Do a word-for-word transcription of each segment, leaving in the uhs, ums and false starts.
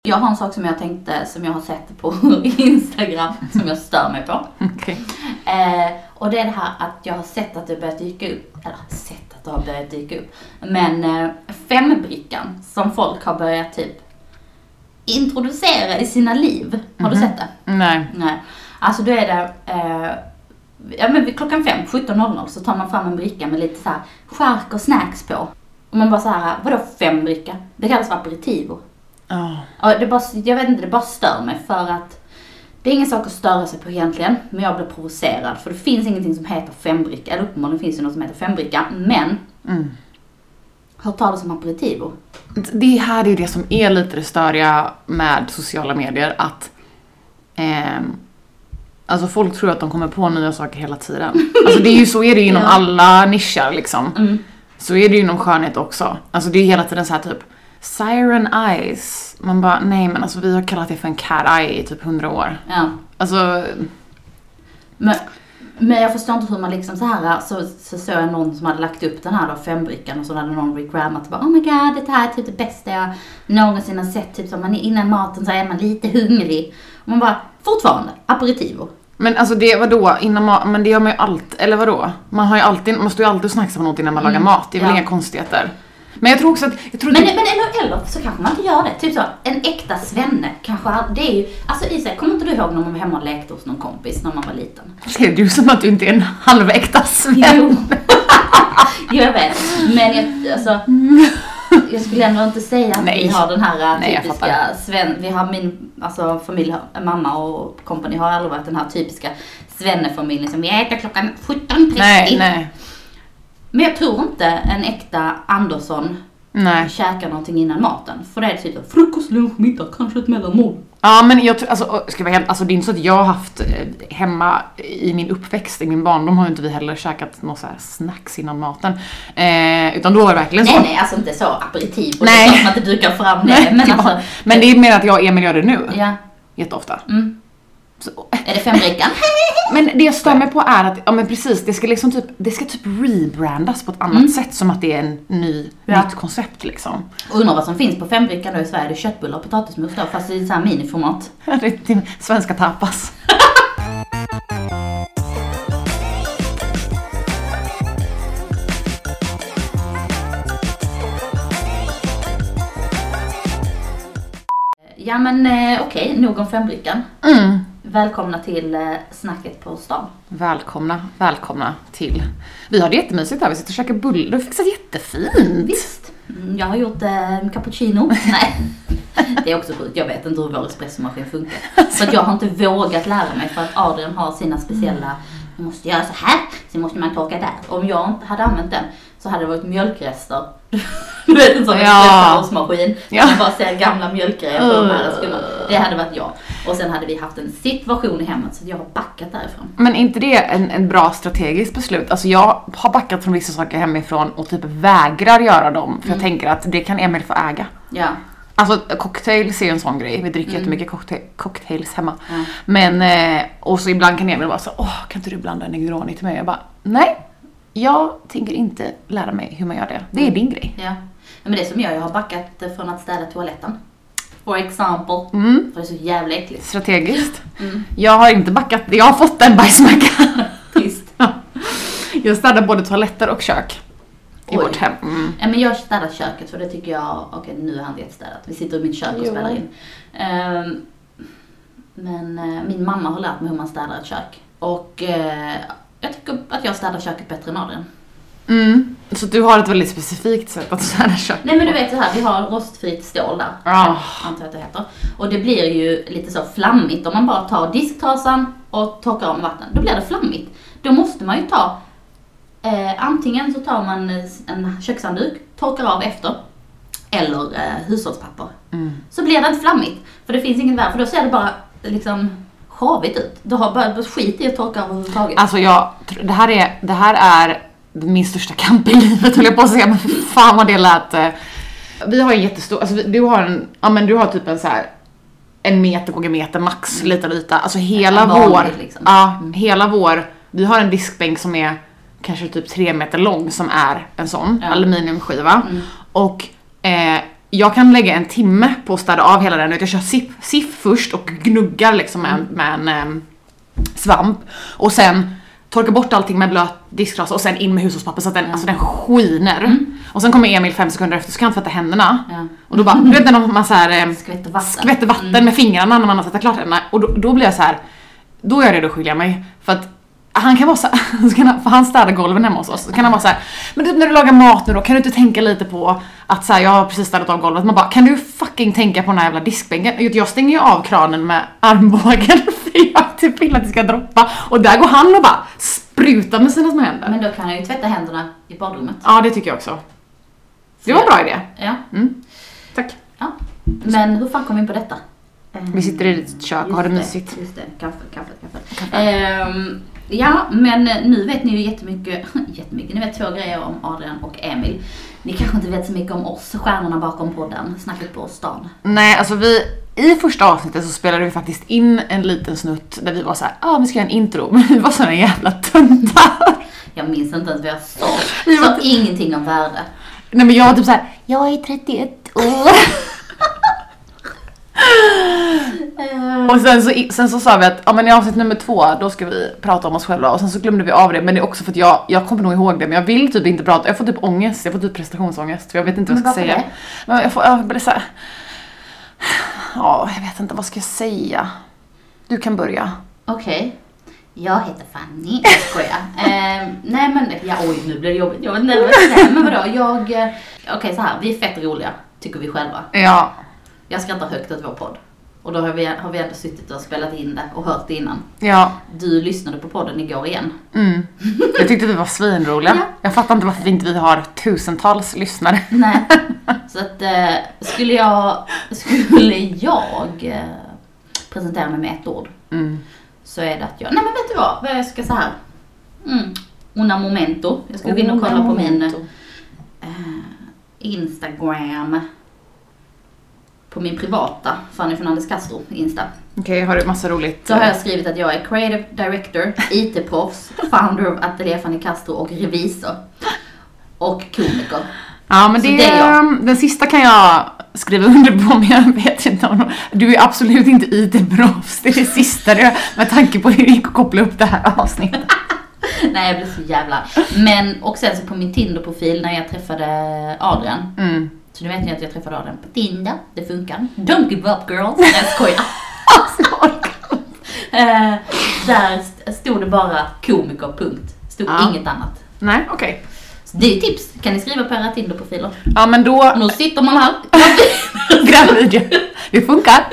Jag har en sak som jag tänkte, som jag har sett på Instagram, som jag stör mig på. Okay. Eh, och det är det här att jag har sett att det börjat dyka upp, eller sett att det har börjat dyka upp, men eh, fembrickan som folk har börjat typ introducera i sina liv. Har mm-hmm. du sett det? Nej. Nej. Alltså då är det, eh, ja men vid klockan fem, sjutton noll noll så tar man fram en bricka med lite så här chark och snacks på. Och man bara så här, vadå fembricka? Det kallas för aperitivo. Oh. Och det bara, jag vet inte, det bara stör mig för att det är ingen sak att störa sig på egentligen, men jag blir provocerad för det finns ingenting som heter fembricka, eller uppenbarligen finns det något som heter fembricka, men mm. hur tar det som aperitivo? Det här är ju det som är lite det störiga med sociala medier, att eh, alltså folk tror att de kommer på nya saker hela tiden. Alltså det är ju så är det inom ja. alla nischer liksom. Mm. Så är det ju inom skönhet också. Alltså det är hela tiden så här typ Siren Eyes. Man bara, nej men alltså vi har kallat det för en cat eye i typ hundra år. Ja. Alltså... Men, men jag förstår inte hur man liksom så här, så, så såg jag någon som hade lagt upp den här då, fembrickan, och så hade någon regrammat och bara, oh my god, det här är typ det bästa jag någonsin har sett. Typ som man innan maten så är man lite hungrig. Och man bara, fortfarande, aperitivo. Men alltså det, vadå, innan ma- men det gör man ju allt, eller vadå? Man har ju alltid, man måste ju alltid snacka på något innan man mm. lagar mat, det är väl ja. inga konstigheter. Men jag tror också att... Jag tror men, att... men eller, eller så kanske man inte gör det. Typ så, en äkta svenne kanske, det är ju... Alltså Isa, kommer inte du ihåg när man var hemma och lekte hos någon kompis när man var liten? Ser du som att du inte är en halväkta svenne? Jo. Jo, jag vet. Men jag, alltså... Jag skulle ändå inte säga att Nej. vi har den här Nej, typiska sven... Vi har min alltså, familj, mamma och kompani har aldrig varit den här typiska svennefamiljen som vi äter klockan sjutton trettio. Nej, nej. Men jag tror inte en äkta Andersson Nej. käkar någonting innan maten. För det är typ frukost, lunch, middag, kanske ett mellanmål. Ja, men jag tror, alltså, ska jag vara helt, alltså det är inte så att jag har haft eh, hemma i min uppväxt, i min barndom har ju inte vi heller käkat någon så här snacks innan maten. Eh, utan då var det verkligen så. Nej, nej, alltså inte så aperitiv. Och nej. det är klart att inte dukar fram det. Nej, men, ja. alltså, men det är mer att jag och Emil gör det nu. Ja. Jätteofta. Mm. Så. Är det fembrickan? Men det jag stör mig på är att, ja men precis, det ska liksom typ, det ska typ rebrandas på ett annat mm. sätt, som att det är en ny, ja. nytt koncept liksom. Och undrar vad som finns på fembrickan då i Sverige, det är köttbullar och potatismos då, fast i så här miniformat. Det är till svenska tapas. Ja men eh, okej, okay, nog om fembrickan. Mm. Välkomna till eh, snacket på stan. Välkomna, välkomna till. Vi har det jättemysigt här, vi sitter och käkar bullar. Du fixat jättefint. Visst, jag har gjort eh, cappuccino. Nej, det är också sjukt. Jag vet inte hur vår espressomaskin funkar. Så att jag har inte vågat lära mig för att Adrian har sina speciella, man måste göra så här, sen måste man torka där. Om jag inte hade använt den så hade det varit mjölkrester. Du vet en sån espressomaskin. Ja. Man bara ser gamla mjölkgrejer på de här skumma. Det hade varit jag. Och sen hade vi haft en situation i hemmet så jag har backat därifrån. Men inte det en, en bra strategiskt beslut? Alltså jag har backat från vissa saker hemifrån och typ vägrar göra dem. För mm. jag tänker att det kan Emil få äga. Ja. Alltså cocktails är ju en sån grej. Vi dricker mm. jättemycket cocktail, cocktails hemma. Mm. Men, eh, och så ibland kan Emil vara så, åh kan inte du blanda en Negroni till mig? Jag bara, nej. Jag tänker inte lära mig hur man gör det. Det är din grej. Ja. Men det som jag, jag har backat från att städa toaletten. For example. Mm. För det är så jävla äckligt. Strategiskt. Mm. Jag har inte backat. Jag har fått en bajsmacka. Visst. Jag städar både toaletter och kök. I Oj. vårt hem. Mm. Ja, men jag städar köket för det tycker jag, okej okay, nu är han jättestädat. Vi sitter i mitt kök och jo. spelar in. Um, men uh, min mamma har lärt mig hur man städar ett kök. Och uh, jag tycker att jag städar köket bättre än Adrian. Mm. Så du har ett väldigt specifikt sätt att städa köket. Nej men du vet så här, vi har rostfritt stål där. Oh. Antar jag att det heter. Och det blir ju lite så flammigt om man bara tar disktrasan och torkar av med vatten. Då blir det flammigt. Då måste man ju ta, eh, antingen så tar man en kökshandduk, torkar av efter. Eller eh, hushållspapper. Mm. Så blir det inte flammigt. För det finns ingen värld, för då ser det bara liksom sjavigt ut. Du har bara skit i att torka av överhuvudtaget. Alltså jag, det här är, det här är min största kamp i livet, höll jag på att säga, men fan vad det lät. Vi har en jättestor, alltså du har en, ja men du har typ en så här en meter gånger meter max, mm. lite lite, alltså hela vår, liksom. ja, mm. hela vår, vi har en diskbänk som är kanske typ tre meter lång som är en sån ja. aluminiumskiva mm. och eh, jag kan lägga en timme på att städa av hela den. Jag kör siff, siff först och gnuggar liksom med, med en um, svamp. Och sen torka bort allting med blöt disktrasa och sen in med hushållspapper så att den, ja. alltså, den skiner. Mm. Och sen kommer Emil fem sekunder efter så kan han tvätta händerna. Ja. Och då bara, du vet när man så här, um, skvätter vatten, skvätter vatten mm. med fingrarna när man har tvättat klart händerna. Och då, då blir jag så här, då är jag redo att skilja mig. För att han kan vara så här, för han städar golven hemma hos oss. Så kan han vara så här, men typ när du lagar mat nu då, kan du inte tänka lite på att så här, jag har precis städat av golvet. Man bara, kan du fucking tänka på den här jävla diskbänken? Jag stänger ju av kranen med armbågen för jag typ vill att det ska droppa. Och där går han och bara sprutar med sina små händer. Men då kan han ju tvätta händerna i badrummet. Ja, det tycker jag också. Det var en bra idé. Ja. Mm. Tack. Ja. Men hur fan kom vi in på detta? Vi sitter i ditt kök och har det mysigt. Just det, kaffe, kaffe, kaffe. kaffe. Ehm, ja, men nu vet ni ju jättemycket, jättemycket. Ni vet två grejer om Adrian och Emil. Ni kanske inte vet så mycket om oss, stjärnorna bakom podden, snacket på stan. Nej, alltså vi, i första avsnittet så spelade vi faktiskt in en liten snutt där vi var så här, ja ah, vi ska göra en intro, men vi var såna jävla tuntar. Jag minns inte ens vad jag sa, vi var så ingenting om värde. Nej men jag var typ så här, jag är trettioett år. Och sen så, sen så sa vi att ja, men i avsnitt nummer två då ska vi prata om oss själva. Och sen så glömde vi av det. Men det är också för att jag, jag kommer nog ihåg det. Men jag vill typ inte prata. Jag får typ ångest, jag får typ prestationsångest. För jag vet inte vad jag ska säga det? Men jag får, jag blir så här, ja, jag vet inte, vad ska jag säga? Du kan börja. Okej, okay. Jag heter Fanny. Jag skojar. eh, Nej men, ja, oj nu blir det jobbigt. Jag vet inte vad jag ska säga. Men vadå, jag Okej okay, så här, vi är fett roliga, tycker vi själva. Ja. Jag skrattar högt åt vår podd. Och då har vi, har vi ändå suttit och spelat in det och hört det innan. Ja. Du lyssnade på podden igår igen. Mm. Jag tyckte vi var svinroliga. Ja. Jag fattar inte varför vi inte vi har tusentals lyssnare. Nej. Så att eh, skulle jag skulle jag eh, presentera mig med ett ord. Mm. Så är det att jag, nej men vet du vad? Vad jag ska så här. Mm. Una momento. Jag ska gå in och kolla på min eh, Instagram. På min privata Fanny Fernandez Castro Insta. Okej, okay, har du massa roligt? Så har jag skrivit att jag är creative director, I T-proffs, founder av Atelier Fanny Castro och revisor. Och komiker. Ja, men det, det är jag. Den sista kan jag skriva under på, men jag vet inte om du är absolut inte I T-proffs. Det är det sista det, med tanke på hur det gick att koppla upp det här avsnittet. Nej, jag blev så jävla. Men, och sen så på min Tinder-profil när jag träffade Adrian. Mm. Så nu vet ni att jag träffade Adrian på Tinder. Det funkar. Don't give up girls. Jag skojar. eh, där stod det bara komiker, punkt. Stod ja. Inget annat. Nej, okej. Okay. Det är tips. Kan ni skriva på era Tinder-profiler? Ja, men då... Nu sitter man här. Gravid. Det funkar.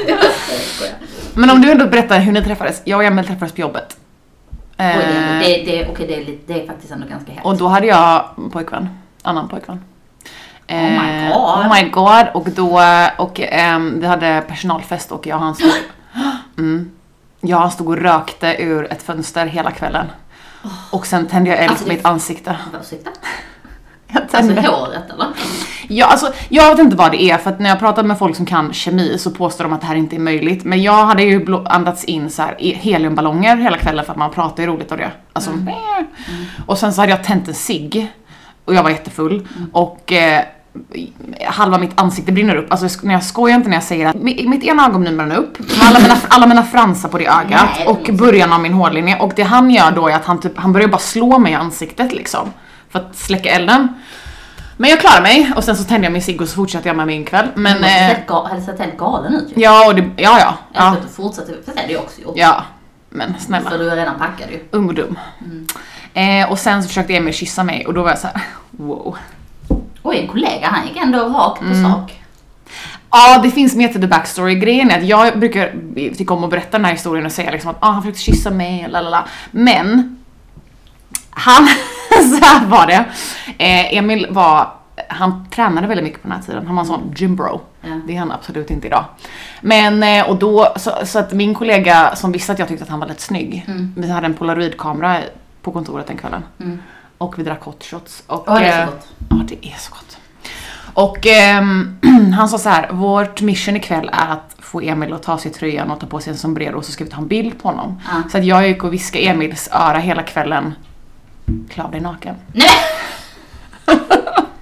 Men om du ändå berättar hur ni träffades. Jag och Emil träffades på jobbet. Eh, Oj, det, det, det, okay, det, är lite, det är faktiskt ändå ganska hett. Och då hade jag pojkvän. Annan pojkvän. Oh my god. Oh my god. Och då, och um, vi hade personalfest och jag och han stod, mm, jag och han stod och rökte ur ett fönster hela kvällen. Oh. Och sen tände jag eld alltså, på mitt ansikte. Ansikte? Jag tände. Alltså håret eller? Ja, alltså jag vet inte vad det är, för att när jag pratar med folk som kan kemi så påstår de att det här inte är möjligt. Men jag hade ju blå, andats in så här heliumballonger hela kvällen för att man pratar ju roligt av det. Alltså, mm. Mm. Och sen så hade jag tänt en cigg och jag var jättefull. Mm. Och eh, halva mitt ansikte brinner upp. Alltså när jag skojar inte när jag säger att mitt ena ögonbryn brinner upp. Alla mina, alla mina fransar på det ögat. Nej, och början av min hårlinje. Och det han gör då är att han, typ, han börjar bara slå mig i ansiktet liksom. För att släcka elden. Men jag klarar mig. Och sen så tände jag min cigg och så fortsatte jag med min kväll. Men du måste eh, ha sett helt galen ut ju. Ja, och det, ja, ja. Jag ska inte fortsätta. För det är det också gjort. Ja, men snälla. För du är redan packad ju. Ung och dum. Mm. Eh, och sen så försökte Emil kyssa mig. Och då var jag så här, wow. Oj, en kollega, han gick ändå rakt på mm. sak. Ja, det finns mer till the backstory. Grejen är att jag brukar tycka om att berätta den här historien och säga liksom att ah, han försökte kyssa mig, lalala. Men han, så här var det. Eh, Emil var, han tränade väldigt mycket på den här tiden. Han var en sån gym bro. Ja. Det är han absolut inte idag. Men, eh, och då, så, så att min kollega som visste att jag tyckte att han var lite snygg. Mm. Vi hade en polaroidkamera på kontoret den kvällen. Mm. Och vi drack hot shots. Och, oh, det är så gott. Ja, det är så gott. Och eh, han sa så här: vårt mission ikväll är att få Emil att ta sig tröjan och ta på sig en sombrero och så ska vi ta en bild på honom. Ah. Så att jag gick och viskade Emils öra hela kvällen. Klar dig naken. Nej!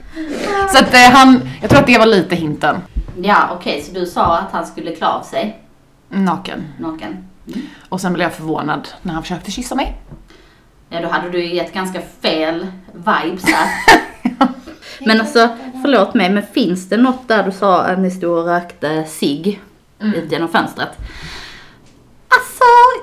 Så att eh, han, jag tror att det var lite hinten. Ja, okej, okay, så du sa att han skulle klä av sig? Naken. Naken. Mm. Och sen blev jag förvånad när han försökte kyssa mig. Ja, då hade du gett ganska fel vibes här. Men alltså, förlåt mig, men finns det något där du sa att ni stod och rökte cigg mm. ut genom fönstret? Alltså,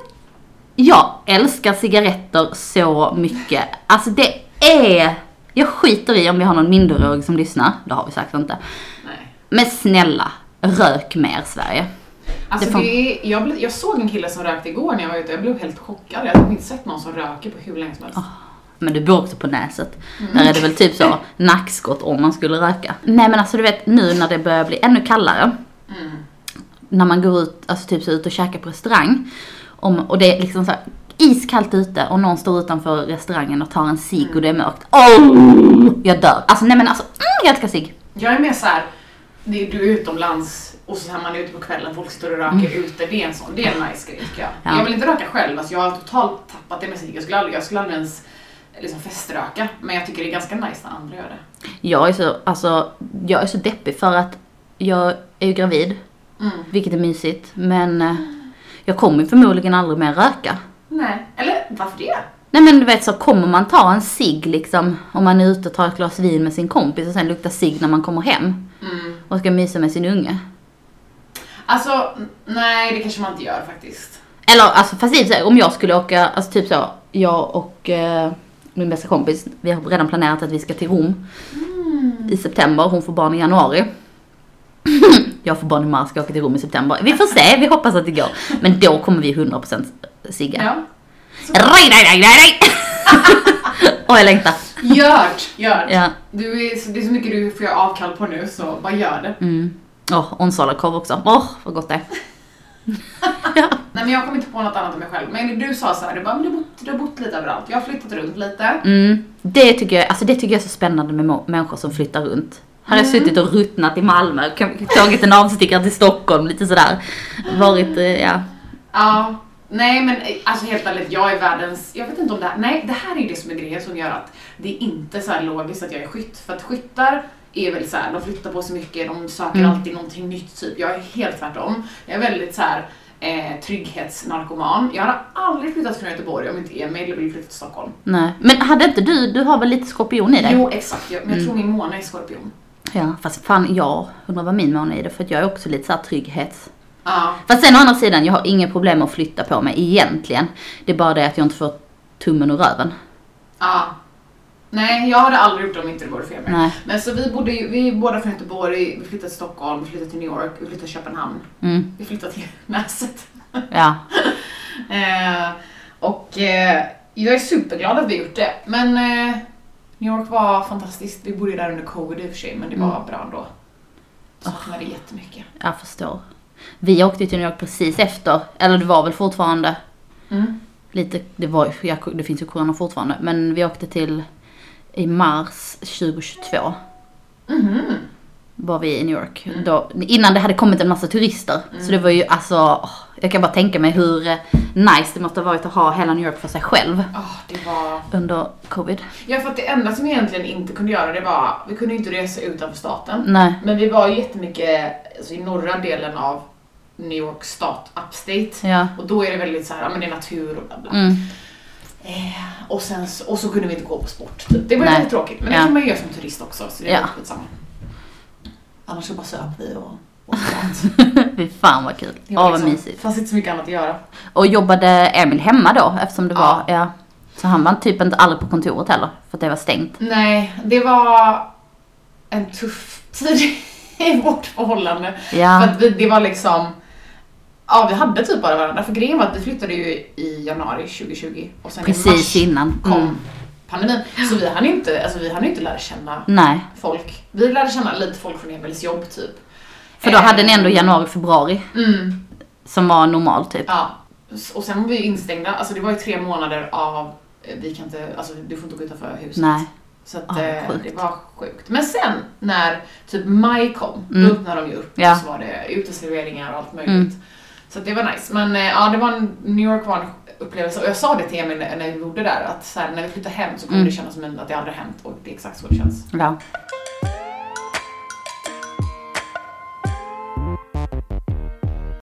jag älskar cigaretter så mycket. Alltså det är, jag skiter i om vi har någon minderårig som lyssnar. Det har vi sagt inte. Nej. Men snälla, rök mer Sverige. Alltså det det är, jag, blev, jag såg en kille som rökte igår när jag var ute. Jag blev helt chockad. Jag har inte sett någon som röker på hur länge som helst. Oh, men du bor också på Näset. Mm. Där är det väl typ så nackskott om man skulle röka. Nej men alltså du vet, nu när det börjar bli ännu kallare. Mm. När man går ut, alltså typ så ut och käkar på restaurang. Om, och det är liksom så här iskallt ute och någon står utanför restaurangen och tar en cigg mm. och det är mörkt. Oh, jag dör. Alltså nej men alltså, mm, jag älskar cigg. Jag är mer så här, det är du utomlands. Och så här man är ute på kvällen, folk står och röker mm. ute, det är en sån, det är en nice grej tycker jag. Ja. Jag vill inte röka själv, alltså jag har totalt tappat det med sig. Jag skulle aldrig, jag skulle aldrig ens liksom feströka, men jag tycker det är ganska nice när andra gör det. Jag är så, alltså, jag är så deppig för att jag är ju gravid, mm. vilket är mysigt, men mm. jag kommer förmodligen aldrig mer röka. Nej, eller varför det? Nej men du vet så kommer man ta en cigg liksom, om man är ute och tar ett glas vin med sin kompis och sen luktar cigg när man kommer hem mm. och ska mysa med sin unge. Alltså, nej det kanske man inte gör faktiskt. Eller alltså fast om jag skulle åka, alltså typ så, jag och eh, min bästa kompis, vi har redan planerat att vi ska till Rom mm. i september, hon får barn i januari. Jag får barn i mars, ska åka till Rom i september. Vi får se, vi hoppas att det går. Men då kommer vi hundra procent cigga. Ja. Rej, rej, rej, rej, Åh, jag längtar. Gjort, gjort. Ja. Du är, det är så mycket du får göra avkall på nu, så bara gör det. Mm. Åh, oh, onsalakorv också. Åh, oh, vad gott det är. Ja. Nej men jag kommer inte på något annat än mig själv. Men du sa så här, du, bara, men du, bott, du har bott lite överallt. Jag har flyttat runt lite. Mm. Det, tycker jag, alltså det tycker jag är så spännande med må- människor som flyttar runt. Här har jag suttit och ruttnat i Malmö, tagit en avstickare till Stockholm, lite sådär. Varit, ja. Ja, nej men alltså helt ärligt, jag är världens, jag vet inte om det här, nej det här är det som är grejen som gör att det är inte så här logiskt att jag är skytt. För att skyttar är väl så här, de flyttar på så mycket, de söker mm. alltid någonting nytt typ. Jag är helt tvärtom. Jag är väldigt så här eh, trygghetsnarkoman. Jag har aldrig flyttat från Göteborg om inte Emil vill flytta till Stockholm. Nej, men hade inte du, du har väl lite skorpion i dig? Jo, exakt. Jag, men jag mm. tror min måne är skorpion. Ja, fast fan jag undrar vad min måne är det, för att jag är också lite så här trygghets. Ja. Fast sen å andra sidan, jag har inga problem att flytta på mig egentligen. Det är bara det att jag inte får tummen ur röven. Ja. Nej, jag hade aldrig gjort det om inte det vore för mig. Men så vi bodde vi är båda från Göteborg, vi flyttade till Stockholm, vi flyttade till New York, vi flyttade till Köpenhamn. Mm. Vi flyttade till Näset. Ja. eh, och eh, jag är superglad att vi gjort det. Men eh, New York var fantastiskt. Vi bodde där under covid i och för sig, men det var mm. bra ändå. Saknade oh. jättemycket. Jag förstår. Vi åkte till New York precis efter, eller det var väl fortfarande mm. lite, det, var, det finns ju corona fortfarande, men vi åkte till i mars tjugohundratjugotvå. Mm. Var vi i New York. Mm. Då, innan det hade kommit en massa turister. Mm. Så det var ju alltså, jag kan bara tänka mig hur nice det måste ha varit att ha hela New York för sig själv. Oh, det var... under covid. Ja, för att det enda som vi egentligen inte kunde göra, det var, vi kunde inte resa utanför staten. Nej. Men vi var jättemycket alltså, i norra delen av New York stat, upstate. Ja. Och då är det väldigt så här, ja men det är natur och bla bla. Mm. Eh, och, sen, och så kunde vi inte gå på sport. Typ. Det var väldigt tråkigt, men det ja. kan man ju göra som turist också. Så det är ja. skitsamma. Annars så bara söp vi och, och sånt. Fy fan vad kul. Åh liksom, vad mysigt. Det fanns inte så mycket annat att göra. Och jobbade Emil hemma då? Eftersom det ja. var, ja. Så han var typ inte aldrig på kontoret heller. För att det var stängt. Nej, det var en tuff tid i vårt förhållande. Ja. För att vi, det var liksom... Ja, vi hade typ bara varandra. För grejen var att vi flyttade ju i januari tjugohundratjugo. Och sen precis i mars innan. kom mm. pandemin. Så vi hann inte, alltså vi hann inte lära känna Nej. folk. Vi lärde känna lite folk från Emils jobb typ. För då eh, hade ni ändå januari, februari. Mm. Som var normalt typ. Ja. Och sen var vi instängda. Alltså det var ju tre månader av, vi kan inte, alltså du får inte gå utanför huset. Nej. Så att, oh, det var sjukt. Men sen när typ maj kom, mm. då öppnade de ju upp. Ja. Och så var det uteserveringar och allt möjligt. Mm. Så det var nice. Men ja, det var en, New York var en upplevelse. Och jag sa det till Emil när vi bodde där. Att så här, när vi flyttade hem så kommer mm. det kännas som att det aldrig hänt. Och det är exakt så det känns. Ja.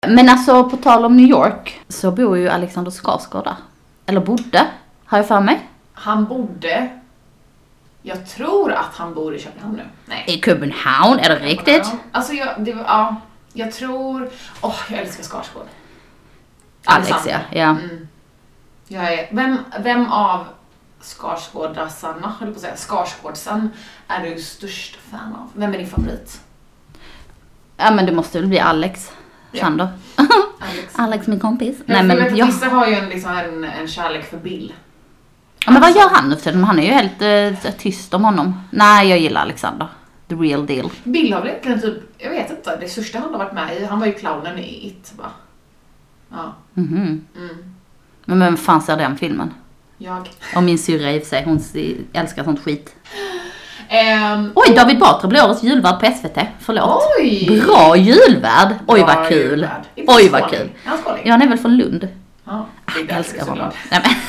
Men alltså på tal om New York så bor ju Alexander Skarsgård där. Eller bodde, har jag för mig. Han bodde... Jag tror att han bor i Köpenhamn nu. Nej. I Köpenhamn, är det riktigt? Alltså jag, det, ja, jag tror... Åh, oh, jag älskar Skarsgård. Alex, ja. ja. Mm. Jag är, vem, vem av Skarsgårdassarna, höll på att säga, Skarsgårdsan är du störst fan av? Vem är din favorit? Ja, men det måste väl bli Alex. Ja. Sander. Alex. Alex, min kompis. Ja, Nej, men vet jag... Vissa har ju en, liksom, en, en kärlek för Bill. Ja, men vad gör han nu för tiden? Han är ju helt uh, tyst om honom. Nej, jag gillar Alexander. The real deal. Bill har väl egentligen typ, jag vet inte, det största han har varit med i, han var ju clownen i It, va? Ja. Mhm. Mm. Men vem fan ser den filmen? Jag. Och min syrra i och för sig, hon älskar sånt skit. Um, Oj, David Batra blir årets julvärd på S V T. Förlåt. Oj! Bra julvärd. Oj, Bra vad kul. julvärd. Oj, vad kul. Han skåling. Ja, han är väl från Lund. Ja, det är Jag älskar därför honom. såklart. Nej, men.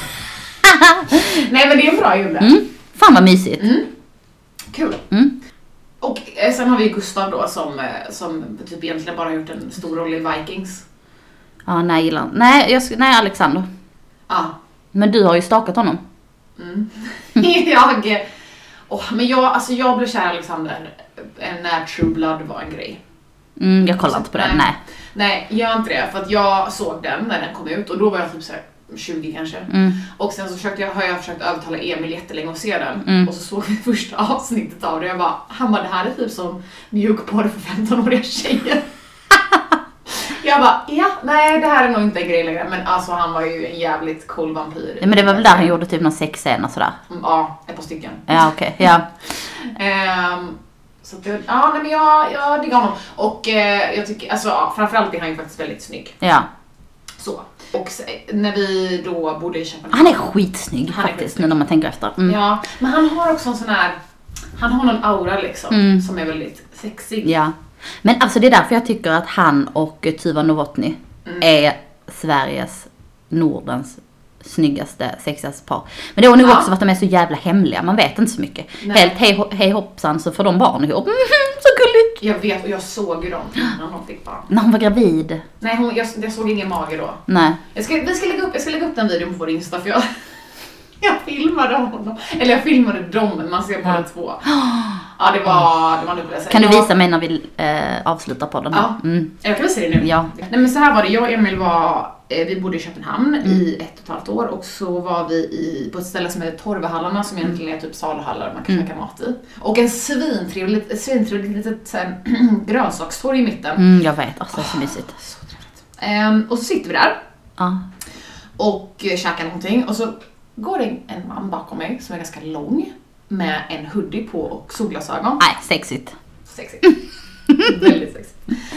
Nej, men det är en bra julvärd. Mm. Fan vad mysigt. Mm. Kul. Mm. Och eh, sen har vi Gustav då som, eh, som typ egentligen bara har gjort en stor roll i Vikings. Ja, nej, gillar han. Nej, jag, sk- nej, Alexander. Ja. Men du har ju stakat honom. Mm. jag, eh, oh, men jag, alltså jag blev kär i Alexander eh, när True Blood var en grej. Mm, jag kollar inte på den, nej. Nej, gör inte det. För att jag såg den när den kom ut och då var jag typ så här tjugo kanske. Mm. Och sen så försökte jag, har jag försökt övertala Emil jättelänge att se den. Mm. Och så såg vi första avsnittet av det. Jag bara, han bara, det här är typ som mjukporr för femton-åriga tjejer. Jag bara, ja, nej det här är nog inte en grej längre. Men alltså han var ju en jävligt cool vampyr. Ja, men det var väl där han gjorde typ någon sexscen och sådär. Mm, ja, ett par stycken. Ja, okej. Okay. Ja. Um, så att det, ja, nej men jag, jag diggar honom. Och eh, jag tycker, alltså ja, framförallt är han ju faktiskt väldigt snygg. Ja. Så. Och så, när vi då bodde i Köpenhamn. Han är skitsnygg Han är faktiskt, skitsnygg. nu när man tänker efter. Mm. Ja, men han har också en sån här, han har någon aura liksom, Mm. som är väldigt sexig. Ja. Men alltså det är därför jag tycker att han och Tuva Novotny Mm. är Sveriges, Nordens snyggaste, sexigaste par. Men det har nog Ja. också för att de är så jävla hemliga, man vet inte så mycket. Nej. Helt hej, ho- hej hoppsan så får de barn ihop. Mm, så gulligt! Jag vet, och jag såg ju dem innan de fick barn. När hon var gravid. Nej, hon, jag, jag såg ingen mage då. Nej. Jag ska, vi ska lägga upp, jag ska lägga upp den videon på vår Insta för jag, jag filmade honom. Eller jag filmade dem, men man ser båda Ja. två. Ja, det var, det var en upplevelse. Kan du Jag- visa mig när vi eh, avslutar podden? Ja. Mm. Jag kan väl se det nu. Ja. Nej men så här var det, jag och Emil var, eh, vi bodde i Köpenhamn Mm. i ett och ett halvt år och så var vi i, på ett ställe som heter Torvehallarna som egentligen är typ saluhallar man kan Mm. käka mat i. Och en svintrevlig, ett svintrevligt litet så här, grönsakstorg i mitten. Mm, jag vet, alltså det är så mysigt. Så trevligt. Ehm, och så sitter vi där Ja. och eh, käkar någonting och så går det en man bakom mig som är ganska lång med en hoodie på och solglasögon. Nej, sexigt. Sexigt. Väldigt sexigt.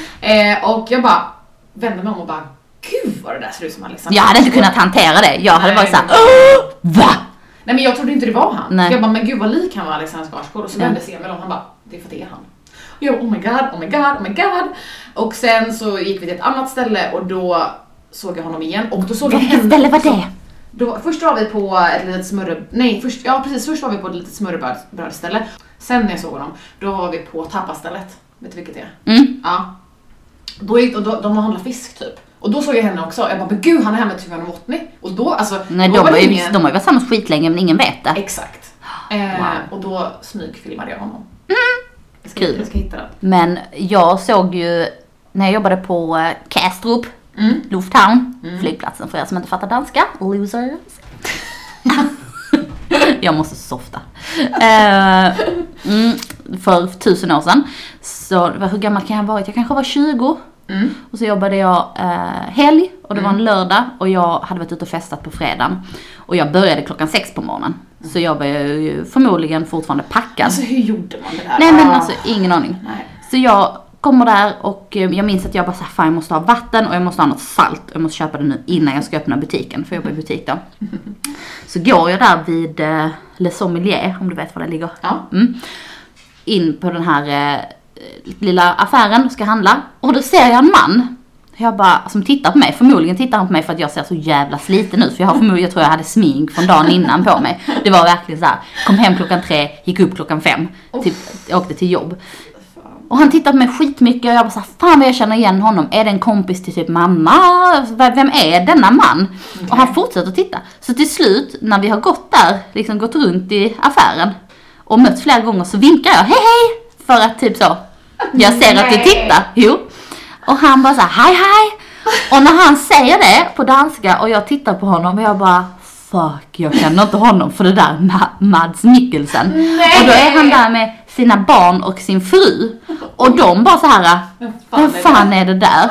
Eh, och jag bara vände mig om och bara, gud vad det där ser ut som Alexander. Jag hade inte kunnat hantera det. Jag hade Nej, varit såhär, men- "Åh, va? Nej men jag trodde inte det var han. Nej. Jag bara, men gud vad lik han var Alexander Skarsgård. Och så Ja. vände sig Emil om han bara, det är för att det är han. Och jag bara, oh my god, oh my god, oh my god. Och sen så gick vi till ett annat ställe och då såg jag honom igen. Och då såg jag Vilket henne ställe var också. det? Då, först var vi på ett litet smörre... Nej, först, ja precis. Först var vi på ett litet smörrebrödställe. Sen när jag såg honom, då var vi på tapastället. Vet du vilket det är? Mm. Ja. Då gick, och då, de handlade fisk typ. Och då såg jag henne också. Jag bara, men gud han är här med Tuva Novotny. Och då, alltså... Nej, då de, var var det ju, ingen... de har ju varit tillsammans skitlänge men ingen vet det. Exakt. Eh, Wow. Och då smygfilmade jag honom. Jag ska, Kul. jag ska hitta den. Men jag såg ju, när jag jobbade på eh, Kastrup, Mm. Lufthavn, Mm. flygplatsen för er som inte fattar danska, losers. Jag måste softa. Eh, mm, för tusen år sedan. Så hur gammal kan jag ha varit? Jag kanske var tjugo. Mm. Och så jobbade jag eh, helg och det var en Mm. lördag och jag hade varit ute och festat på fredagen. Och jag började klockan sex på morgonen. Så jag var ju förmodligen fortfarande packad. Alltså hur gjorde man det där? Nej men Ah. alltså ingen aning. Nej. Så jag kommer där och eh, jag minns att jag bara såhär, fan jag måste ha vatten och jag måste ha något salt. Och jag måste köpa det nu innan jag ska öppna butiken, för jag jobbar i butik då. Så går jag där vid eh, Le Sommelier, om du vet var det ligger. Ja. Mm. In på den här eh, lilla affären och ska handla. Och då ser jag en man. Jag bara, som tittar på mig. Förmodligen tittar han på mig för att jag ser så jävla sliten ut. För jag har förmodligen, jag tror jag hade smink från dagen innan på mig. Det var verkligen så här. Kom hem klockan tre, gick upp klockan fem. Typ, jag åkte till jobb. Och han tittar på mig skitmycket och jag bara så här, fan vad jag känner igen honom. Är det en kompis till typ mamma? Vem är denna man? Okay. Och han fortsätter att titta. Så till slut, när vi har gått där, liksom gått runt i affären och mötts flera gånger, så vinkar jag, hej hej! För att typ så, jag ser att du tittar. Jo. Och han bara så här, hej hej! Och när han säger det på danska och jag tittar på honom och jag bara, fuck, jag känner inte honom för det där Ma- Mads Mikkelsen. Nej. Och då är han där med sina barn och sin fru. Och de bara så här, vad fan är det där?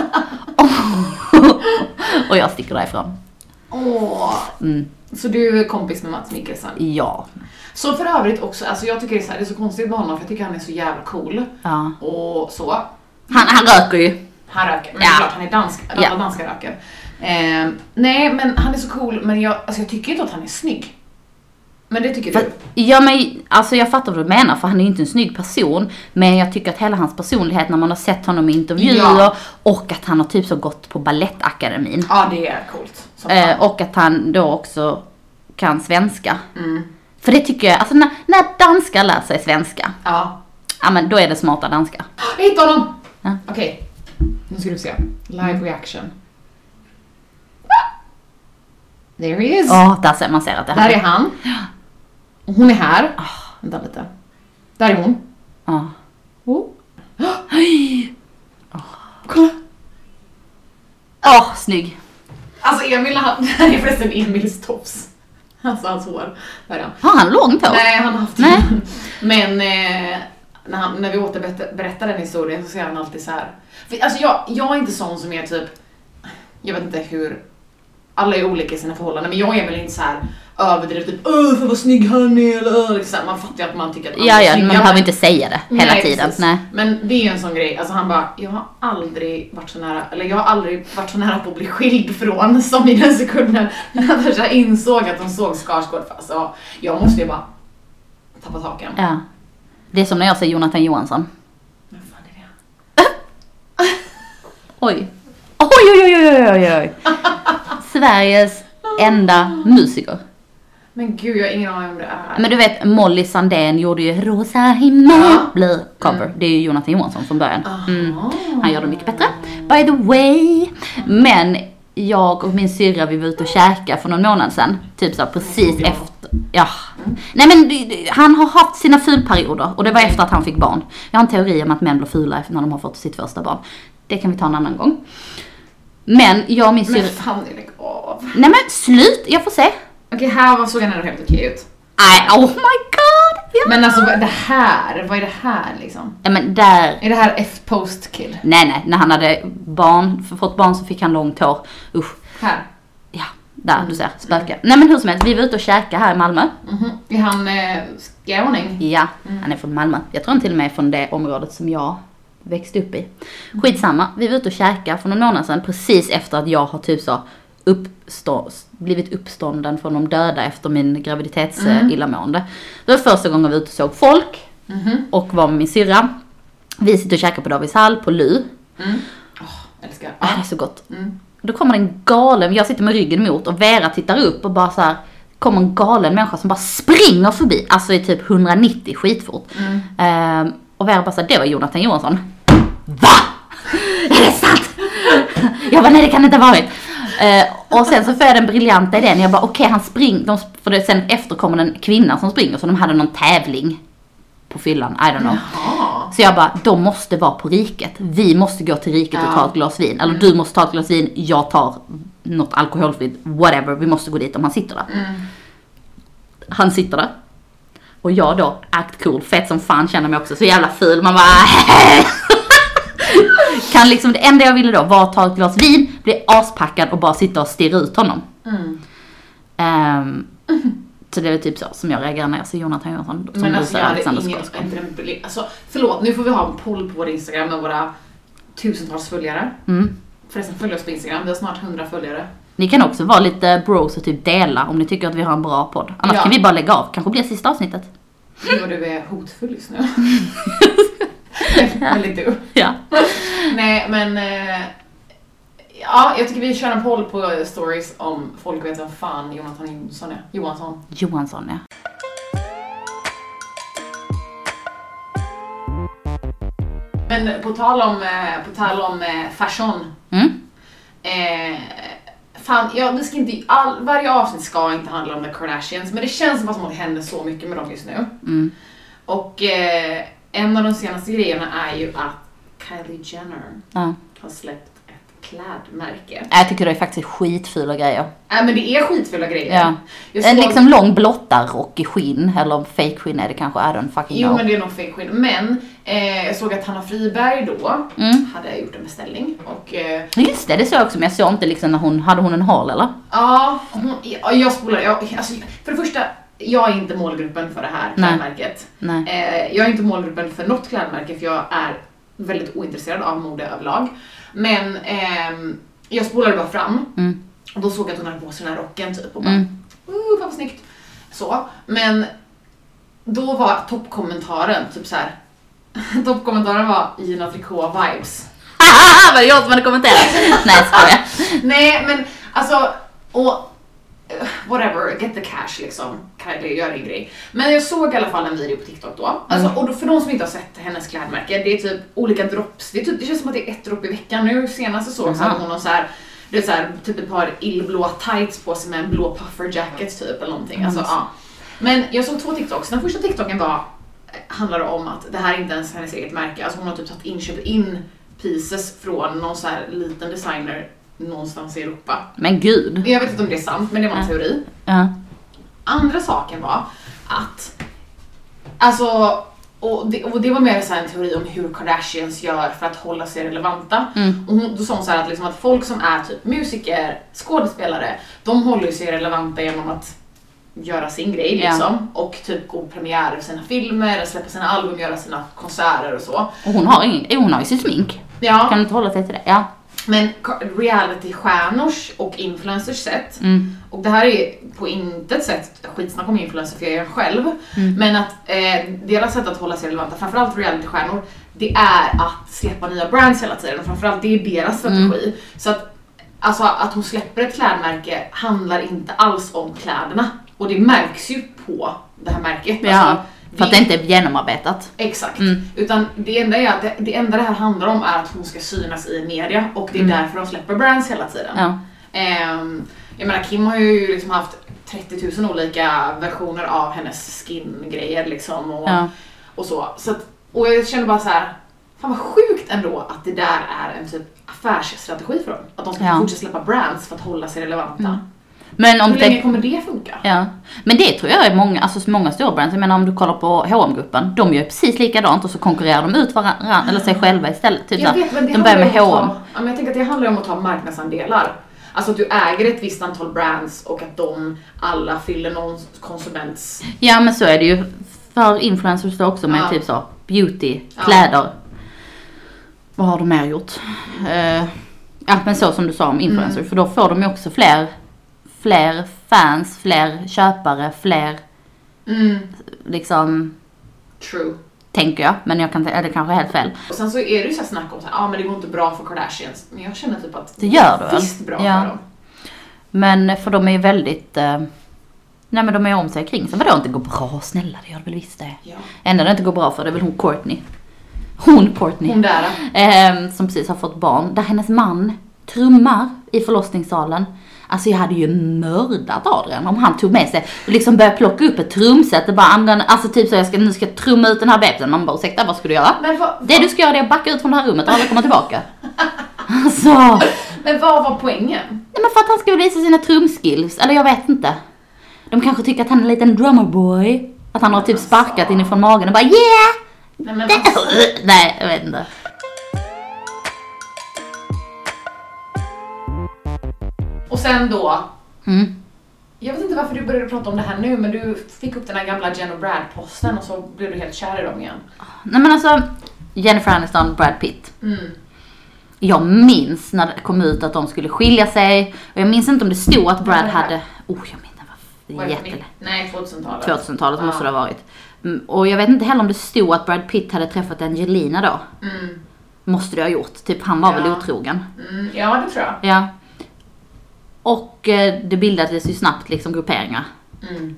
Och jag sticker därifrån. Åh. Mm. Så du är kompis med Mads Mikkelsen? Ja. Så för övrigt också, alltså jag tycker det är så, här, det är så konstigt med honom för jag tycker han är så jävla cool. Ja. Och så. Han, han röker ju. Han röker, men ja. det är klart han är dansk, alla ja. danska röker. Eh, nej, men han är så cool, men jag, alltså jag tycker inte att han är snygg. Men det tycker för, du? Ja, men alltså jag fattar vad du menar, för han är ju inte en snygg person. Men jag tycker att hela hans personlighet, när man har sett honom i intervjuer ja. och att han har typ så gått på Balettakademin. Ja, det är coolt. Eh, och att han då också kan svenska. Mm. För det tycker jag, alltså när, när danskar lär sig svenska. Ja. Ja, men då är det smarta danska. Jag hittade honom! Ja. Okej, okay. Nu ska du se. Live reaction. There he is. Ja, oh, där ser man ser att det här. Där är han. Och hon är här. Oh. Vänta lite. Där är hon. Ja. Oh. Oh. Kolla. Åh, oh, snygg. Alltså Emil, han, det här är förresten Emils tofs. Alltså hans hår. Där är han. Har han långt hår? Nej, han har haft det. Men eh, när, han, när vi återberättar den historien så ser han alltid så här. För, alltså jag, jag är inte sån som är typ, jag vet inte hur, alla är olika i sina förhållanden, men jag är väl inte så här överdrivet typ, öh för vad snygg han är, eller liksom. Man fattar ju att man tycker att man ja, är ja, snygg. man behöver inte säga det hela Nej, tiden. Nej. Men det är ju en sån grej, alltså han bara, jag har aldrig varit så nära, eller jag har aldrig varit så nära på att bli skild från som i den sekunden när jag insåg att de såg Skarsgård fast. Så jag måste ju bara tappa taken. Ja. Det är som när jag säger Jonathan Johansson. Vad fan är det? Oj. Oj, oj, oj, oj, oj, oj. Sveriges enda musiker. Men gud, jag har ingen aning om det är. Men du vet, Molly Sandén gjorde ju Rosa himmel ja. blir cover. Mm. Det är ju Jonathan Johansson från början. Mm. Han gör det mycket bättre. Mm. By the way. Men jag och min syrra, vi var ute och käka för någon månad sedan. Typ så precis ja. efter. Ja. Mm. Nej men han har haft sina fulperioder. Och det var efter att han fick barn. Jag har en teori om att män blir fula när de har fått sitt första barn. Det kan vi ta en annan gång. Men jag och min syrra... Men fan, det lägger av. Nej men slut, jag får se. Okej, här var såg han ändå helt okej ut. Nej, oh my god. Ja. Men alltså det här, vad är det här liksom? Ja men där... Är det här F-post-kill? Nej, nej, när han hade barn, fått barn så fick han långt hår. Usch. Här? Ja, där, mm. du ser, spöke. Mm. Nej men hur som helst, vi var ute och käka här i Malmö. Mm-hmm. Är han eh, skåning? Ja, mm. han är från Malmö. Jag tror han till och med är från det området som jag växte upp i. Skitsamma, vi var ute och käka för någon månad sedan, precis efter att jag har typ så uppstå, blivit uppstånden från de döda efter min graviditetsillamående. Mm. Det var första gången vi ute och såg folk mm-hmm. och var med min syrra. Vi sitter och käkar på Davids hall på Lu. Mm. Oh, älskar. Ja, det är så gott. Mm. Då kommer en galen, jag sitter med ryggen mot och Vera tittar upp och bara så här, kommer en galen människa som bara springer förbi, alltså i typ hundranittio skitfort. Mm. Ehm, och Vera bara så här, det var Jonathan Johansson. Va? Är det sant? Jag bara, nej det kan det inte ha varit. Uh, och sen så får jag den briljanta idén. Jag bara, okej okay, han springer. De, för det, sen efter kommer en kvinna som springer. Så de hade någon tävling på fyllan, I don't know. Jaha. Så jag bara, de måste vara på riket. Vi måste gå till riket ja. och ta ett glas vin. Eller mm. du måste ta ett glas vin, jag tar något alkoholfritt, whatever. Vi måste gå dit om han sitter där. Mm. Han sitter där. Och jag då, act cool, fett som fan, känner mig också så jävla ful. Man bara, kan liksom, det enda jag ville då var att ta ett glas vin, bli aspackad och bara sitta och stirra ut honom. Mm. Um, så det är typ så som jag reagerar när jag ser Jonathan Johansson. Som men alltså jag hade ingen, inte, alltså, förlåt, nu får vi ha en poll på vår Instagram med våra tusentals följare. Mm. Förresten, följ oss på Instagram, vi har snart hundra följare. Ni kan också vara lite bros och typ dela om ni tycker att vi har en bra podd. Annars ja. kan vi bara lägga av, kanske blir sista avsnittet. Jo, du är hotfull just nu. Väldigt du. Ja. Nej, men eh, ja, jag tycker vi kör en poll på stories om folk vet vad fan Jonathan Johansson är. Johansson. Johansson, ja. Men på tal om, eh, på tal om eh, fashion. Mm. Eh, fan, ja, det ska inte, all, varje avsnitt ska inte handla om The Kardashians, men det känns som att det händer så mycket med dem just nu. Mm. Och eh, en av de senaste grejerna är ju att Kylie Jenner ja. har släppt ett klädmärke. Jag tycker det är faktiskt skitfula grejer. Nej, men det är skitfula grejer. Ja. Jag såg... En liksom lång blottarrock i skinn, eller fake skinn är det kanske, I don't fucking Jo, know. men det är nog fake skinn. Men eh, jag såg att Hanna Friberg då mm. hade gjort en beställning. Och, eh, just det, det såg jag också, men jag såg inte liksom när hon, hade hon en haul eller? Ja, hon, ja jag spolar, jag, alltså, för det första, jag är inte målgruppen för det här klädmärket. Nej. Eh, jag är inte målgruppen för något klädmärke, för jag är väldigt ointresserad av mode överlag. Men eh, jag spolade bara fram mm. och då såg jag att hon hade på sig den här rocken typ och bara, mm. uh, vad snyggt. Så, men då var toppkommentaren typ så här. Toppkommentaren var Gina Tricot-vibes. Haha, vad jag som hade kommenterat. Nej, skojar. Nej, men alltså, och whatever, get the cash liksom, Kylie gör en grej. Men jag såg i alla fall en video på TikTok då. Alltså, mm. och då, för de som inte har sett hennes klädmärke, det är typ olika drops. Det, är typ, det känns som att det är ett dropp i veckan. Nu senast så såg jag hon någon så här, det är så här, typ ett par illblå tights på sig med en blå puffer jacket typ eller någonting. Mm. Alltså, ja. Men jag såg två TikToks. Den första TikToken var, handlade om att det här är inte ens hennes eget märke. Alltså hon har typ tagit inköpt in pieces från någon så här liten designer någonstans i Europa. Men gud. Jag vet inte om det är sant, men det var en ja. teori. Ja. Andra saken var att, alltså, och det, och det var mer så här en teori om hur Kardashians gör för att hålla sig relevanta. Mm. Och hon, då sa hon så här att, liksom att folk som är typ musiker, skådespelare, de håller sig relevanta genom att göra sin grej liksom. Ja. Och typ gå premiärer för sina filmer, släppa sina album, göra sina konserter och så. Och hon har ingen, hon har ju sitt smink. Ja. Kan du inte hålla sig till det? Ja. Men reality-stjärnors och influencers sätt, mm. och det här är på intet sätt skitsnack om influencer för jag är själv, mm. men att eh, deras sätt att hålla sig relevanta, framförallt reality-stjärnor, det är att släppa nya brands hela tiden, och framförallt det är deras strategi. Mm. Så att, alltså, att hon släpper ett klädmärke handlar inte alls om kläderna, och det märks ju på det här märket. Ja. Alltså, för att det inte är genomarbetat. Exakt. Mm. Utan det enda, är att det, det enda det här handlar om är att hon ska synas i media. Och det är mm. därför de släpper brands hela tiden. Ja. Um, jag menar, Kim har ju liksom haft trettio tusen olika versioner av hennes skin-grejer liksom. Och, ja. och så. så att, och jag känner bara så här, fan vad sjukt ändå att det där är en typ affärsstrategi för dem. Att de ska ja. fortsätta släppa brands för att hålla sig relevanta. Mm. Men om Hur länge det... kommer det funka? Ja. Men det tror jag är många, alltså många stora brands. Jag menar om du kollar på H och M-gruppen, de gör precis likadant och så konkurrerar de ut varandra eller sig själva istället. Typ jag vet, men det de börjar med H och M. Ta, ja, men jag tänker att det handlar om att ta marknadsandelar. Alltså att du äger ett visst antal brands och att de alla fyller någon konsuments... Ja, men så är det ju för influencers då också med ja. typ så beauty, kläder. Ja. Vad har de mer gjort? Uh, ja, men så som du sa om influencers, mm. för då får de ju också fler fler fans, fler köpare, fler mm. liksom true. Tänker jag, men jag kan eller kanske helt fel. Och sen så är det ju så här snack om så här, ja ah, men det går inte bra för Kardashians, men jag känner typ att det gör det visst bra ja. för dem. Men för de är ju väldigt eh, nej men de är om sig kring så vadå inte går bra, snälla det gör det väl visst det. Ja. Enda det inte går bra för det är väl hon Courtney. Hon Courtney. Hon där. Eh, som precis har fått barn där hennes man trummar i förlossningssalen. Alltså jag hade ju mördat Adrian om han tog med sig och liksom började plocka upp ett trumset och bara använda, alltså typ så jag ska, nu ska jag trumma ut den här bebisen. Man bara, ursäkta, vad ska du göra? Men vad, det du ska göra är att backa ut från det här rummet och aldrig komma tillbaka. Alltså. Men vad var poängen? Nej men för att han ska visa sina trumskills, eller jag vet inte. De kanske tycker att han är en liten drummerboy. Att han har typ sparkat inifrån magen och bara yeah! Nej, men alltså. Nej, jag vet inte. Och sen då, mm. jag vet inte varför du började prata om det här nu, men du fick upp den här gamla Jen och Brad-posten och så blev du helt kär i dem igen. Nej men alltså, Jennifer Aniston, Brad Pitt. Mm. Jag minns när det kom ut att de skulle skilja sig. Och jag minns inte om det stod att Brad hade... Oh, jag minns det var jättelätt. Nej, tvåtusentalet. tvåtusentalet ah. måste det ha varit. Och jag vet inte heller om det stod att Brad Pitt hade träffat Angelina då. Mm. Måste det ha gjort. Typ han var ja. väl otrogen. Mm. Ja, det tror jag. Ja. Och eh, det bildades ju snabbt liksom grupperingar. Mm.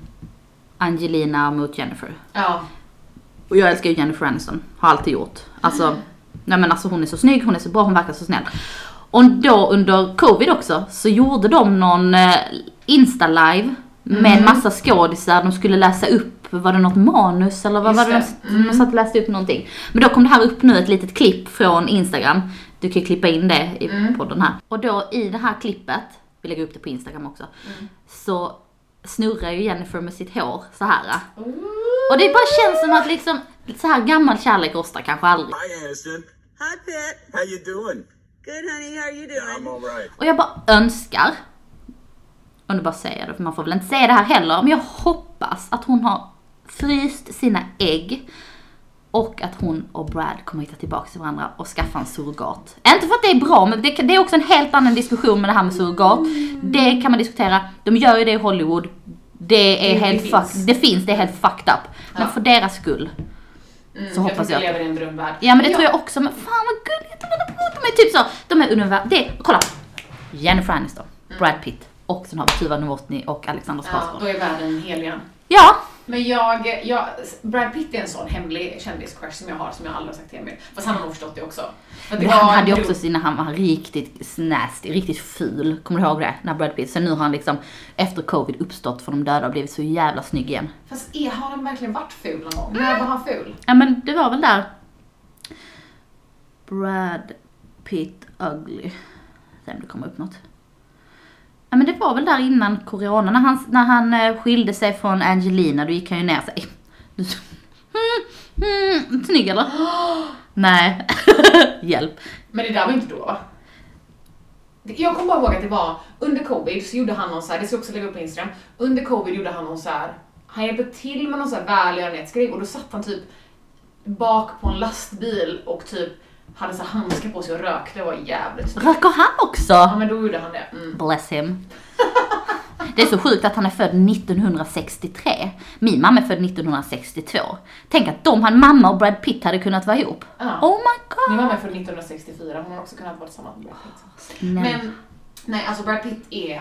Angelina mot Jennifer. Ja. Och jag älskar ju Jennifer Aniston. Har alltid gjort. Alltså, nej men alltså hon är så snygg, hon är så bra, hon verkar så snäll. Och då under covid också så gjorde de någon eh, Insta-live med mm. en massa skådisar. De skulle läsa upp, var det något manus eller vad var det? De, mm. de satt och läste upp någonting. Men då kom det här upp nu ett litet klipp från Instagram. Du kan ju klippa in det i mm. podden här. Och då i det här klippet, vi lägger upp det på Instagram också, mm. så snurrar ju Jennifer med sitt hår så här. Mm. Och det bara känns som att liksom så här gammal kärlek rostar kanske aldrig. Hi Aniston. Hi Pet. How you doing? Good honey, how are you doing? I'm all right. Och jag bara önskar, och nu bara säger det för man får väl inte säga det här heller, men jag hoppas att hon har fryst sina ägg och att hon och Brad kommer hitta tillbaka till varandra och skaffa en surrogat. Inte för att det är bra, men det, det är också en helt annan diskussion med det här med surrogat. Mm. Det kan man diskutera. De gör ju det i Hollywood. Det är det, helt det, fuck, finns. det finns, det är helt fucked up. Men ja. för deras skull mm, så jag hoppas jag. Jag lever i en drömvärld. Ja, men det ja. tror jag också. Men fan vad gulligt. De är typ så. De är universum. Det, kolla. Jennifer Aniston, mm. Brad Pitt och sen har vi Tuva Novotny och Alexander Skarsgård. Ja, då är världen helig. Ja. Men jag, jag, Brad Pitt är en sån hemlig kändiscrush som jag har, som jag aldrig har sagt till Emil. Fast han har nog förstått det också. För det var han hade ju också sina, han var riktigt nasty, riktigt ful. Kommer du ihåg det? När Brad Pitt, så nu har han liksom efter covid uppstått för de döda och blivit så jävla snygg igen. Fast är, har han verkligen varit ful någon gång? När var han ful? Ja men det var väl där. Brad Pitt ugly. Se om det kommer upp något. Ja men det var väl där innan corona, när han, när han skilde sig från Angelina, då gick han ju ner sig. Mm, mm, snygg eller? Nej, hjälp. Men det där var inte då va? Jag kommer bara ihåg att det var under covid så gjorde han någon så här, det ska jag också lägga upp på Instagram. Under covid gjorde han någon så här, han hjälpte till med någon så här välgörenhetsgrej och då satt han typ bak på en lastbil och typ hade så handskar på sig och rökte. Det var jävligt snyggt. Röker han också? Ja, men då gjorde han det. Mm. Bless him. Det är så sjukt att han är född nittonhundrasextiotre. Min mamma är född nittonhundrasextiotvå. Tänk att de, han, mamma och Brad Pitt hade kunnat vara ihop. Ja. Oh my god. Min mamma är född nittonhundrasextiofyra. Hon har också kunnat vara tillsammans med Brad Pitt. Nej. Men, nej, alltså Brad Pitt är...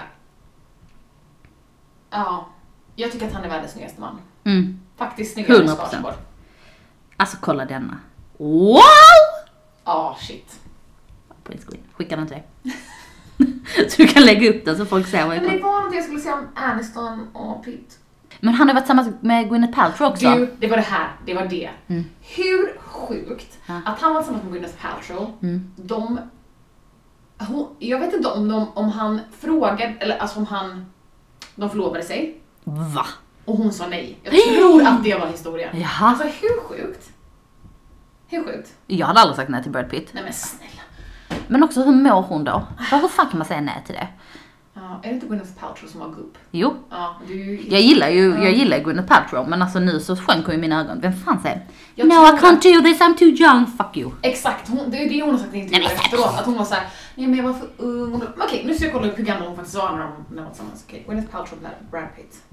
Ja, jag tycker att han är världens snyggaste man. Mm. Faktiskt snyggare än Skarsgård. Alltså kolla denna. Wow! Ja, oh, shit. Skicka den till dig. Så du kan lägga upp den så folk ser vad jag Men det var något jag skulle säga om Aniston och Pitt. Men han har varit tillsammans med Gwyneth Paltrow också. Du, det var det här. Det var det. Mm. Hur sjukt ja. att han var tillsammans med Gwyneth Paltrow. Mm. De... Hon, jag vet inte om, de, om han frågade, eller alltså om han... De förlovade sig. Va? Och hon sa nej. Jag tror att det var historien. Jaha. Alltså hur sjukt? Hur sjukt? Jag hade aldrig sagt nej till Brad Pitt. Nej men snälla. Men också, hur mår hon då? Varför fan kan man säga nej till det? Ja, är det inte Gwyneth Paltrow som har gupp? Jo. Ja, du... Jag gillar ju ja. jag gillar Gwyneth Paltrow, men alltså nu så sjönk hon i mina ögon. Vem fan säger? Jag no, I can't do this, I'm too young, fuck you. Exakt, hon, det är det hon har sagt i intervjuer efteråt. Att hon var såhär, nej men jag var för ung. Okej, okay, nu ska jag kolla upp hur gammal hon faktiskt var när de, när de var tillsammans. Okej, okay. Gwyneth Paltrow med Brad Pitt.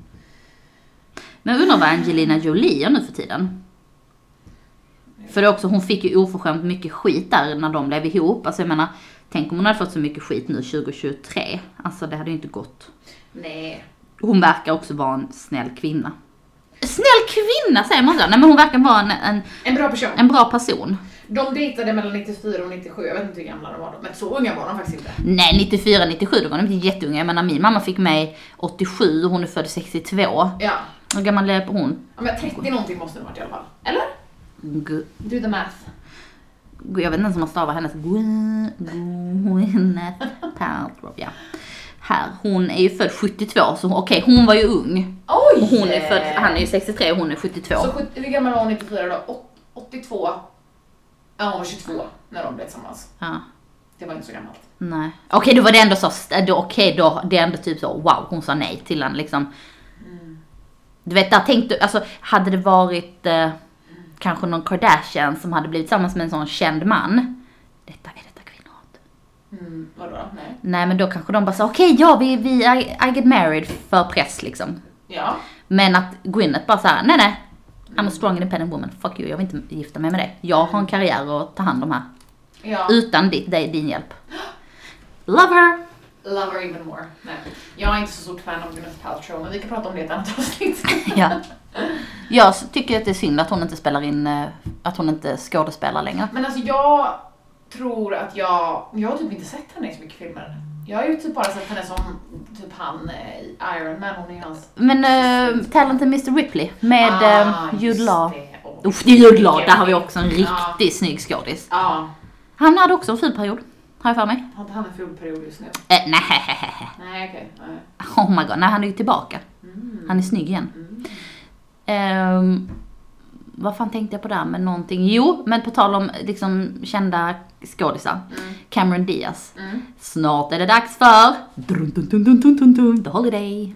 Men jag undrar vad Angelina Jolie är nu för tiden. För det också, hon fick ju oförskämt mycket skit där när de blev ihop. Alltså jag menar, tänk om hon hade fått så mycket skit nu tjugohundratjugotre. Alltså det hade ju inte gått. Nej. Hon verkar också vara en snäll kvinna. Snäll kvinna säger man så. Nej men hon verkar vara en, en, en bra person. En bra person. De dejtade mellan nittiofyra och nittiosju. Jag vet inte hur gamla de var då. Men så unga var de faktiskt inte. Nej, nittiofyra nittiosju då var de inte jätteunga. Jag menar min mamma fick mig åttiosju och hon är född sextiotvå. Ja. Hur gammal är hon? Ja men trettio någonting måste det varit i alla fall. Eller? G- Do the math. Jag vet inte ens om man stavar hennes Gwyneth Paltrow. Ja. Här, hon är ju född sjuttiotvå så okej, okay, hon var ju ung. Oj! Och hon är född, han är ju sextiotre och hon är sjuttiotvå. Så hur gammal var hon nittiofyra då? åttiotvå. Ja, hon var tjugotvå när de blev tillsammans. Ja. Det var inte så gammalt. Nej. Okej, okay, då var det ändå så okej okay, då det är ändå typ så wow, hon sa nej till han liksom. Mm. Du vet, där tänkte alltså hade det varit eh, mm. kanske någon Kardashian som hade blivit tillsammans med en sån känd man. Detta är detta kvinnohat. Mm, vadå? Nej. Nej, men då kanske de bara sa okej, okay, ja, vi vi I, I get married för press liksom. Ja. Men att Gwyneth bara så här, nej nej. I'm a strong independent woman. Fuck you, jag vill inte gifta mig med dig. Jag har en karriär att ta hand om här. Ja. Utan ditt, dig, din hjälp. Love her. Love her even more. Nej. Jag är inte så stort fan av Gwyneth Paltrow, men vi kan prata om det i ett annat avsnitt. Ja. Jag tycker att det är synd att hon inte spelar in, eh, att hon inte skådespelar längre. Men alltså jag tror att jag, jag har typ inte sett henne i så mycket filmer. Jag har ju typ bara sett henne som typ han i Iron Man, hon är hans... Men uh, Talented mister Ripley med Ah, uh, Jude Law. det. Oh, Uff, det är Jude Law, där har vi också en riktigt ja. snygg skådis. Ja. Han hade också en ful period, har jag för mig. Har inte han en ful period just nu? Eh, nej. Nej, okej. Okay. Oh my god, nej han är ju tillbaka. Mm. Han är snygg igen. Mm. Um, vad fan tänkte jag på där med någonting? Jo, men på tal om liksom kända skådisar. Mm. Cameron Diaz. Mm. Snart är det dags för dun, dun, dun, dun, dun, dun, The Holiday.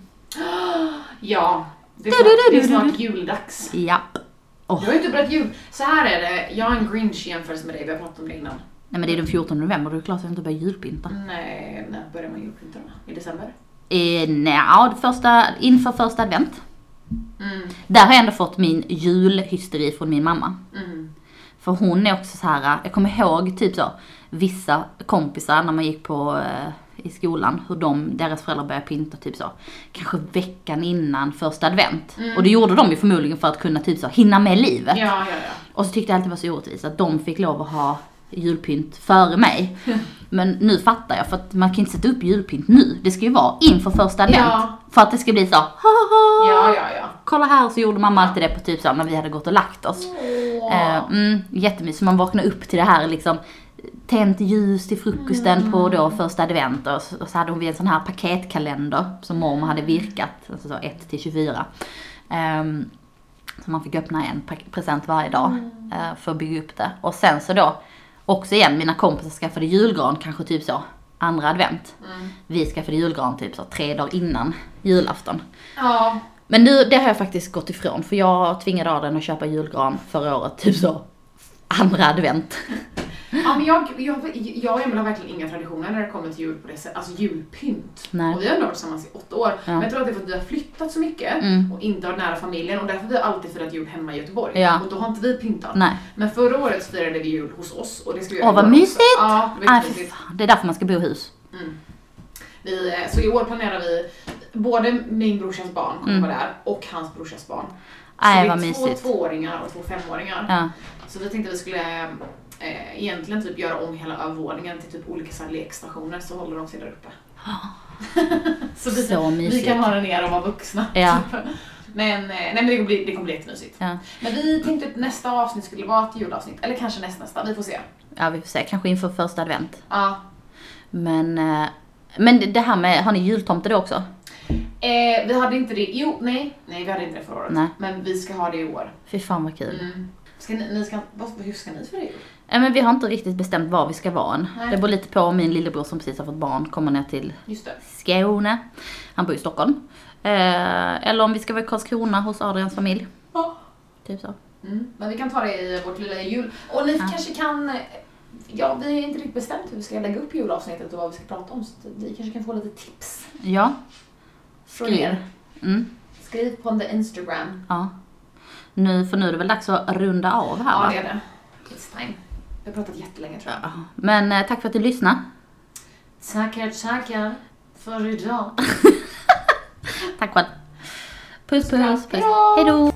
Ja, det är snart, det är snart juldags. Japp. Oh. Jag har ju inte börjat jul. Så här är det, jag är en Grinch i jämförelse med dig, vi har pratat om det innan. Nej men det är den fjortonde november, då är det klart att jag inte börjar julpynta. Nej, när börjar man julpynta då? I december? Eh, nej, ja, första, inför första advent. Mm. Där har jag ändå fått min julhysteri från min mamma. Mm. För hon är också så här, jag kommer ihåg typ så, vissa kompisar när man gick på eh, i skolan, hur de, deras föräldrar började pynta typ så, kanske veckan innan första advent. Mm. Och det gjorde de ju förmodligen för att kunna typ så, hinna med livet. Ja, ja, ja. Och så tyckte jag alltid var så orättvist att de fick lov att ha julpynt före mig. Men nu fattar jag, för att man kan inte sätta upp julpynt nu. Det ska ju vara inför första advent. Ja. För att det ska bli så, ha, ha, Ja, ja, ja. kolla här, så gjorde mamma alltid det på typ så när vi hade gått och lagt oss. Eh, mm, jättemysigt, så man vaknar upp till det här liksom, tänt ljus till frukosten mm. på då första advent. Och så, och så hade hon en sån här paketkalender som mormor hade virkat, alltså så ett till tjugofyra. Um, så man fick öppna en present varje dag mm. uh, för att bygga upp det. Och sen så då, också igen, mina kompisar skaffade julgran kanske typ så andra advent. Mm. Vi skaffade julgran typ så tre dagar innan julafton. Ja. Men nu, det har jag faktiskt gått ifrån, för jag tvingade Adrian att köpa julgran förra året, typ så andra advent. Ja, men jag, jag, jag och Emil har verkligen inga traditioner när det kommer till jul på det sättet, alltså julpynt. Nej. Och vi har ändå varit tillsammans i åtta år. Ja. Men jag tror att det är för att vi har flyttat så mycket Mm. och inte varit nära familjen, och därför har vi alltid firat jul hemma i Göteborg. Ja. Och då har inte vi pyntat. Nej. Men förra året firade vi jul hos oss, och det ska vi Åh, vad år mysigt! också. Ja, det var Aj, jättemysigt. fan. Det är därför man ska bo i hus. Mm. Vi, så i år planerar vi, både min brorsas barn kommer Mm. vara där och hans brorsas barn. Aj, så vad det är mysigt. två tvååringar och två femåringar. Ja. Så vi tänkte att vi skulle eh, egentligen typ göra om hela övervåningen till typ olika så här lekstationer, så håller de sig där uppe. så vi, Så vi mysigt. kan vara ner och vara vuxna. Ja. men eh, nej, men det kommer bli, det kommer bli jättemysigt. Ja. Men vi tänkte att nästa avsnitt skulle vara ett julavsnitt, eller kanske nästa, nästa, vi får se. Ja, vi får se. Kanske inför första advent. Ja. Men, eh, men det här med, har ni jultomte då också? Eh, vi hade inte det, jo, nej, nej vi hade inte det förra året. Nej. Men vi ska ha det i år. Fy fan vad kul. Mm. Ska ni, ni ska, vad, hur ska ni för det? Ja, men vi har inte riktigt bestämt var vi ska vara än. Nej. Det beror lite på om min lillebror som precis har fått barn kommer ner till Just det. Skåne. Han bor i Stockholm. Eh, eller om vi ska vara i Karlskrona hos Adrians familj. Ja. Typ så. Mm. Men vi kan ta det i vårt lilla jul. Och ni Ja. kanske kan, ja vi är inte riktigt bestämt hur vi ska lägga upp julavsnittet och vad vi ska prata om. Så vi kanske kan få lite tips Ja. från Skriv. er. Mm. Skriv på the Instagram. Ja. Nu, för nu är det väl dags att runda av här, Ja, va? det är det. It's time. Vi har pratat jättelänge tror jag. Ja. Men eh, tack för att du lyssnade. Tackar, tackar för idag. Tack för att... Puss, puss, puss. Hejdå! Hejdå!